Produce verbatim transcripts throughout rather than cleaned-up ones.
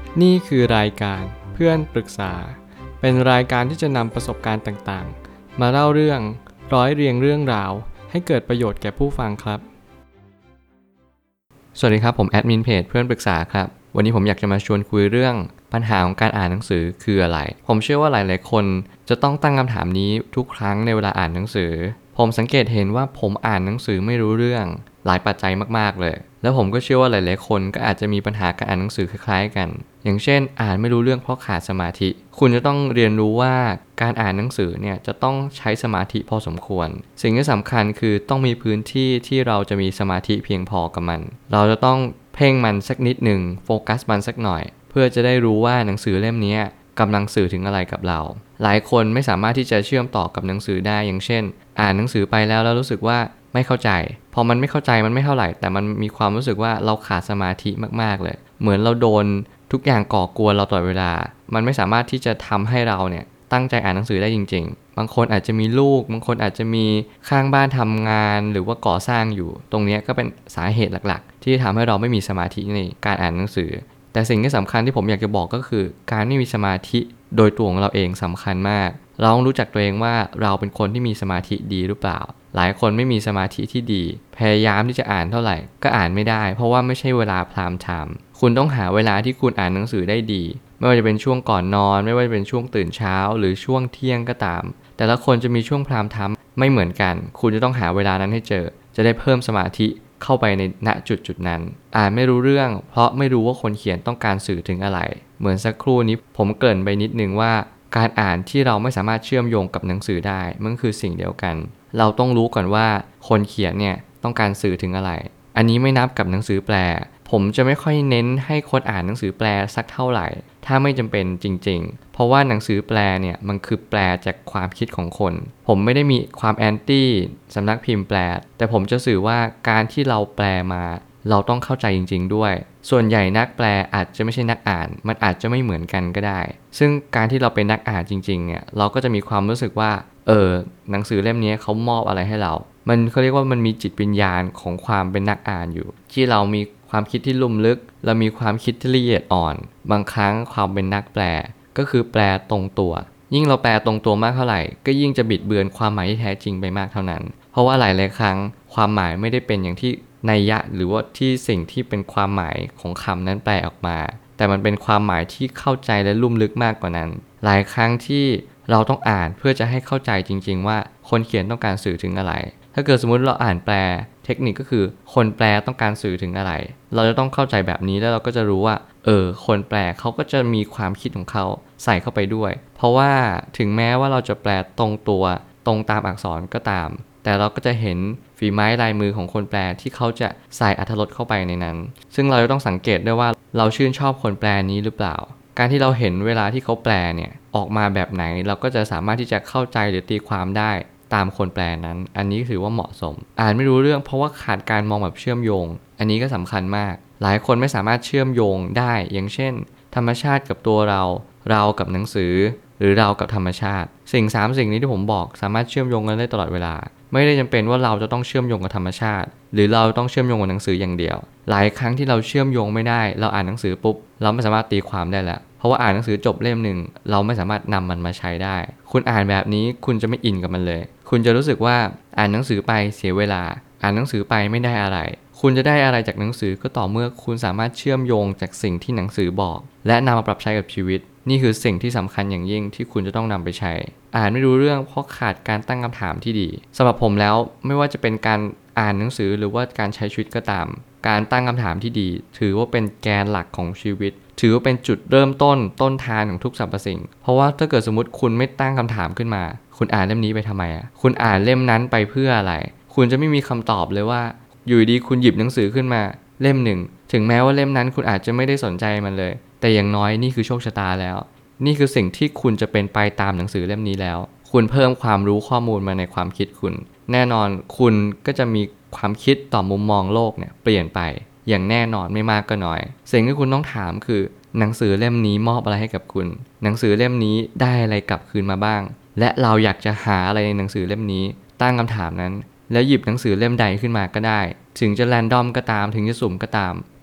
นี่คือรายการเพื่อนปรึกษาเป็นรายการที่จะนำประสบการณ์ต่างๆมาเล่าเรื่องร้อยเรียงเรื่องราวให้เกิดประโยชน์แก่ผู้ฟังครับสวัสดีครับผมแอดมินเพจเพื่อนปรึกษาครับวันนี้ผมอยากจะมาชวนคุยเรื่องปัญหาของการอ่านหนังสือคืออะไรผมเชื่อว่าหลายๆคนจะต้องตั้งคำถามนี้ทุกครั้งในเวลาอ่านหนังสือผมสังเกตเห็นว่าผมอ่านหนังสือไม่รู้เรื่องหลายปัจจัยมากๆเลยแล้วผมก็เชื่อว่าหลายๆคนก็อาจจะมีปัญหาการอ่านหนังสือคล้ายๆกันอย่างเช่นอ่านไม่รู้เรื่องเพราะขาดสมาธิคุณจะต้องเรียนรู้ว่าการอ่านหนังสือเนี่ยจะต้องใช้สมาธิพอสมควรสิ่งที่สำคัญคือต้องมีพื้นที่ที่เราจะมีสมาธิเพียงพอกับมันเราจะต้องเพ่งมันสักนิดหนึ่งโฟกัสมันสักหน่อยเพื่อจะได้รู้ว่าหนังสือเล่มนี้กำลังสื่อถึงอะไรกับเราหลายคนไม่สามารถที่จะเชื่อมต่อกับหนังสือได้อย่างเช่นอ่านหนังสือไปแล้วแล้วรู้สึกว่าไม่เข้าใจพอมันไม่เข้าใจมันไม่เท่าไหร่แต่มันมีความรู้สึกว่าเราขาดสมาธิมากๆเลยเหมือนเราโดนทุกอย่างก่อกวนเราตลอดเวลามันไม่สามารถที่จะทำให้เราเนี่ยตั้งใจอ่านหนังสือได้จริงๆบางคนอาจจะมีลูกบางคนอาจจะมีข้างบ้านทำงานหรือว่าก่อสร้างอยู่ตรงนี้ก็เป็นสาเหตุหลักๆที่ทำให้เราไม่มีสมาธิในการอ่านหนังสือแต่สิ่งที่สำคัญที่ผมอยากจะบอกก็คือการไม่มีสมาธิโดยตัวของเราเองสำคัญมากเราต้องรู้จักตัวเองว่าเราเป็นคนที่มีสมาธิดีหรือเปล่าหลายคนไม่มีสมาธิที่ดีพยายามที่จะอ่านเท่าไหร่ก็อ่านไม่ได้เพราะว่าไม่ใช่เวลาพรามไทม์คุณต้องหาเวลาที่คุณอ่านหนังสือได้ดีไม่ว่าจะเป็นช่วงก่อนนอนไม่ว่าจะเป็นช่วงตื่นเช้าหรือช่วงเที่ยงก็ตามแต่ละคนจะมีช่วงพรามไทม์ไม่เหมือนกันคุณจะต้องหาเวลานั้นให้เจอจะได้เพิ่มสมาธิเข้าไปในณจุดจุดนั้นอ่านไม่รู้เรื่องเพราะไม่รู้ว่าคนเขียนต้องการสื่อถึงอะไรเหมือนสักครู่นี้ผมเกริ่นไปนิดนึงว่าการอ่านที่เราไม่สามารถเชื่อมโยงกับหนังสือได้มันคือสิ่งเดียวกันเราต้องรู้ก่อนว่าคนเขียนเนี่ยต้องการสื่อถึงอะไรอันนี้ไม่นับกับหนังสือแปลผมจะไม่ค่อยเน้นให้คนอ่านหนังสือแปลสักเท่าไหร่ถ้าไม่จำเป็นจริงๆเพราะว่าหนังสือแปลเนี่ยมันคือแปลจากความคิดของคนผมไม่ได้มีความแอนตี้สำนักพิมพ์แปลแต่ผมจะสื่อว่าการที่เราแปลมาเราต้องเข้าใจจริงๆด้วยส่วนใหญ่นักแปลอาจจะไม่ใช่นักอ่านมันอาจจะไม่เหมือนกันก็ได้ซึ่งการที่เราเป็นนักอ่านจริงๆเนี่ยเราก็จะมีความรู้สึกว่าเออหนังสือเล่มนี้เขามอบอะไรให้เรามันเขาเรียกว่ามันมีจิตวิญญาณของความเป็นนักอ่านอยู่ที่เรามีความคิดที่ลุ่มลึกเรามีความคิดที่ละเอียดอ่อนบางครั้งความเป็นนักแปลก็คือแปลตรงตัวยิ่งเราแปลตรงตัวมากเท่าไหร่ก็ยิ่งจะบิดเบือนความหมายที่แท้จริงไปมากเท่านั้นเพราะว่าหลายๆครั้งความหมายไม่ได้เป็นอย่างที่นัยยะหรือว่าที่สิ่งที่เป็นความหมายของคำนั้นแปลออกมาแต่มันเป็นความหมายที่เข้าใจและลุ่มลึกมากกว่านั้นหลายครั้งที่เราต้องอ่านเพื่อจะให้เข้าใจจริงๆว่าคนเขียนต้องการสื่อถึงอะไรถ้าเกิดสมมุติเราอ่านแปลเทคนิคก็คือคนแปลต้องการสื่อถึงอะไรเราจะต้องเข้าใจแบบนี้แล้วเราก็จะรู้ว่าเออคนแปลเขาก็จะมีความคิดของเขาใส่เข้าไปด้วยเพราะว่าถึงแม้ว่าเราจะแปลตรงตัวตรงตามอักษรก็ตามแต่เราก็จะเห็นฝีไม้ลายมือของคนแปลที่เขาจะใส่อรรถรสเข้าไปในนั้นซึ่งเราจะต้องสังเกตด้วยว่าเราชื่นชอบคนแปลนี้หรือเปล่าการที่เราเห็นเวลาที่เขาแปลเนี่ยออกมาแบบไหนเราก็จะสามารถที่จะเข้าใจหรือตีความได้ตามคนแปลนั้นอันนี้ถือว่าเหมาะสมอ่านไม่รู้เรื่องเพราะว่าขาดการมองแบบเชื่อมโยงอันนี้ก็สำคัญมากหลายคนไม่สามารถเชื่อมโยงได้อย่างเช่นธรรมชาติกับตัวเราเรากับหนังสือหรือเรากับธรรมชาติสิ่งสามสิ่งนี้ที่ผมบอกสามารถเชื่อมโยงกันได้ตลอดเวลาไม่ได้จำเป็นว่าเราจะต้องเชื่อมโยงกับธรรมชาติหรือเราต้องเชื่อมโยงกับหนังสืออย่างเดียวหลายครั้งที่เราเชื่อมโยงไม่ได้เราอ่านหนังสือปุ๊บเราไม่สามารถตีความได้แล้วเพราะว่าอ่านหนังสือจบเล่มหนึ่งเราไม่สามารถนำมันมาใช้ได้คุณอ่านแบบนี้คุณจะไม่อินกับมันเลยคุณจะรู้สึกว่าอ่านหนังสือไปเสียเวลาอ่านหนังสือไปไม่ได้อะไรคุณจะได้อะไรจากหนังสือก็ต่อเมื่อคุณสามารถเชื่อมโยงจากสิ่งที่หนังสือบอกและนำมาปรับใช้กับชีวิตนี่คือสิ่งที่สำคัญอย่างยิ่งที่คุณจะต้องนำไปใช้อ่านไม่รู้เรื่องเพราะขาดการตั้งคำถามที่ดีสำหรับผมแล้วไม่ว่าจะเป็นการอ่านหนังสือหรือว่าการใช้ชีวิตก็ตามการตั้งคำถามที่ดีถือว่าเป็นแกนหลักของชีวิตถือว่าเป็นจุดเริ่มต้นต้นทางของทุกสรรพสิ่งเพราะว่าถ้าเกิดสมมติคุณไม่ตั้งคำถามขึ้นมาคุณอ่านเล่มนี้ไปทำไมอ่ะคุณอ่านเล่มนั้นไปเพื่ออะไรคุณจะไม่มีคำตอบเลยว่าอยู่ดีคุณหยิบหนังสือขึ้นมาเล่มหนึ่งถึงแม้ว่าเล่มนั้นคุณอาจจะไม่ได้สนใจมันเลยแต่อย่างน้อยนี่คือโชคชะตาแล้วนี่คือสิ่งที่คุณจะเป็นไปตามหนังสือเล่มนี้แล้วคุณเพิ่มความรู้ข้อมูลมาในความคิดคุณแน่นอนคุณก็จะมีความคิดต่อมุมมองโลกเนี่ยเปลี่ยนไปอย่างแน่นอนไม่มากก็น้อยสิ่งที่คุณต้องถามคือหนังสือเล่มนี้มอบอะไรให้กับคุณหนังสือเล่มนี้ได้อะไรกลับคืนมาบ้างและเราอยากจะหาอะไรในหนังสือเล่มนี้ตั้งคำถามนั้นแล้วหยิบหนังสือเล่มใดขึ้นมาก็ได้ถึงจะแรนดอมก็ตามถึงจะสุ่มก็ตาม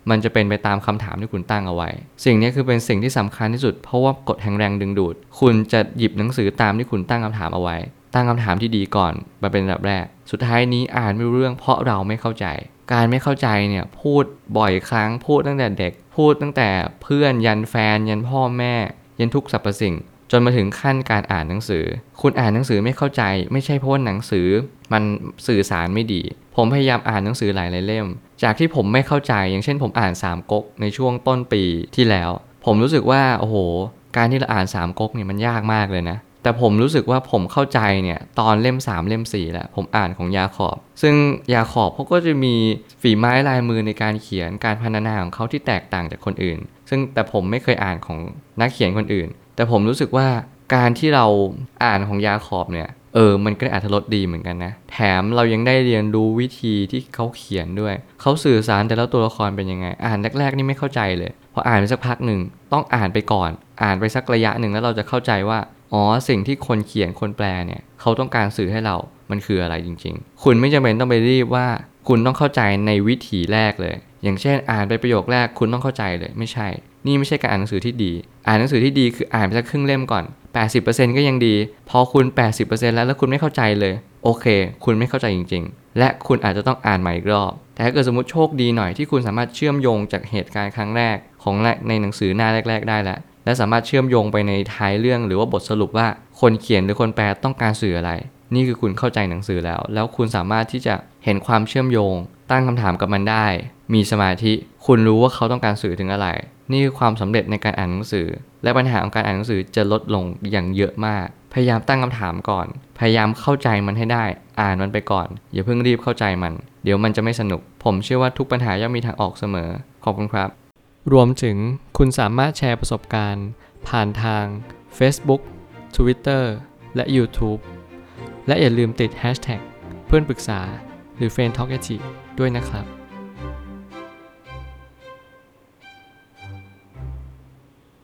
มันจะเป็นไปตามคำถามที่คุณตั้งเอาไว้สิ่งนี้คือเป็นสิ่งที่สำคัญที่สุดเพราะว่ากฎแห่งแรงดึงดูดคุณจะหยิบหนังสือตามที่คุณตั้งคำถามเอาไว้ตั้งคำถามที่ดีก่อนมาเป็นอันดับแรกสุดท้ายนี้อ่านไม่รู้เรื่องเพราะเราไม่เข้าใจการไม่เข้าใจเนี่ยพูดบ่อยครั้งพูดตั้งแต่เด็กพูดตั้งแต่เพื่อนยันแฟนยันพ่อแม่ยันทุกสรรพสิ่งจนมาถึงขั้นการอ่านหนังสือคุณอ่านหนังสือไม่เข้าใจไม่ใช่เพราะว่าหนังสือมันสื่อสารไม่ดีผมพยายามอ่านหนังสือหลายๆเล่มจากที่ผมไม่เข้าใจอย่างเช่นผมอ่านสามก๊กในช่วงต้นปีที่แล้วผมรู้สึกว่าโอ้โหการที่เราอ่านสามก๊กเนี่ยมันยากมากเลยนะแต่ผมรู้สึกว่าผมเข้าใจเนี่ยตอนเล่มสามเล่มสี่แล้วผมอ่านของยาขอบซึ่งยาขอบเขาก็จะมีฝีไม้ลายมือในการเขียนการพรรณนาของเขาที่แตกต่างจากคนอื่นซึ่งแต่ผมไม่เคยอ่านของนักเขียนคนอื่นแต่ผมรู้สึกว่าการที่เราอ่านของยาขอบเนี่ยเออมันก็ได้อรรถรสดีเหมือนกันนะแถมเรายังได้เรียนรู้วิธีที่เขาเขียนด้วยเขาสื่อสารแต่ละตัวละครเป็นยังไงอ่านแรกๆนี่ไม่เข้าใจเลยพออ่านไปสักพักหนึ่งต้องอ่านไปก่อนอ่านไปสักระยะหนึ่งแล้วเราจะเข้าใจว่าอ๋อสิ่งที่คนเขียนคนแปลเนี่ยเขาต้องการสื่อให้เรามันคืออะไรจริงๆคุณไม่จำเป็นต้องไปรีบว่าคุณต้องเข้าใจในวิถีแรกเลยอย่างเช่นอ่านไปประโยคแรกคุณต้องเข้าใจเลยไม่ใช่นี่ไม่ใช่การอ่านหนังสือที่ดีอ่านหนังสือที่ดีคืออ่านไปสักครึ่งเล่มก่อน แปดสิบเปอร์เซ็นต์ ก็ยังดีพอคุณ แปดสิบเปอร์เซ็นต์ แล้วแล้วคุณไม่เข้าใจเลยโอเคคุณไม่เข้าใจจริงๆและคุณอาจจะต้องอ่านใหม่อีกรอบแต่ถ้าเกิดสมมติโชคดีหน่อยที่คุณสามารถเชื่อมโยงจากเหตุการณ์ครั้งแรกของในหนังสือหน้าแรกๆได้แล้วและสามารถเชื่อมโยงไปในท้ายเรื่องหรือว่าบทสรุปว่าคนเขียนหรือคนแปลต้องการสื่ออะไรนี่คือคุณเข้าใจหนังสือแล้วแล้วคุณสามารถที่จะเห็นความเชื่อมโยงตั้งคำถามกับมันได้มีสมาธิคุณรู้ว่าเขาต้องการสื่อถึงอะไรนี่คือความสำเร็จในการอ่านหนังสือและปัญหาของการอ่านหนังสือจะลดลงอย่างเยอะมากพยายามตั้งคำถามก่อนพยายามเข้าใจมันให้ได้อ่านมันไปก่อนอย่าเพิ่งรีบเข้าใจมันเดี๋ยวมันจะไม่สนุกผมเชื่อว่าทุกปัญหาย่อมมีทางออกเสมอขอบคุณครับรวมถึงคุณสามารถแชร์ประสบการณ์ผ่านทาง Facebook Twitter และ YouTube และอย่าลืมติด แฮชแท็ก เพื่อนปรึกษาหรือ เฟรนด์ ทอล์ก แอท จี ด้วยนะครับ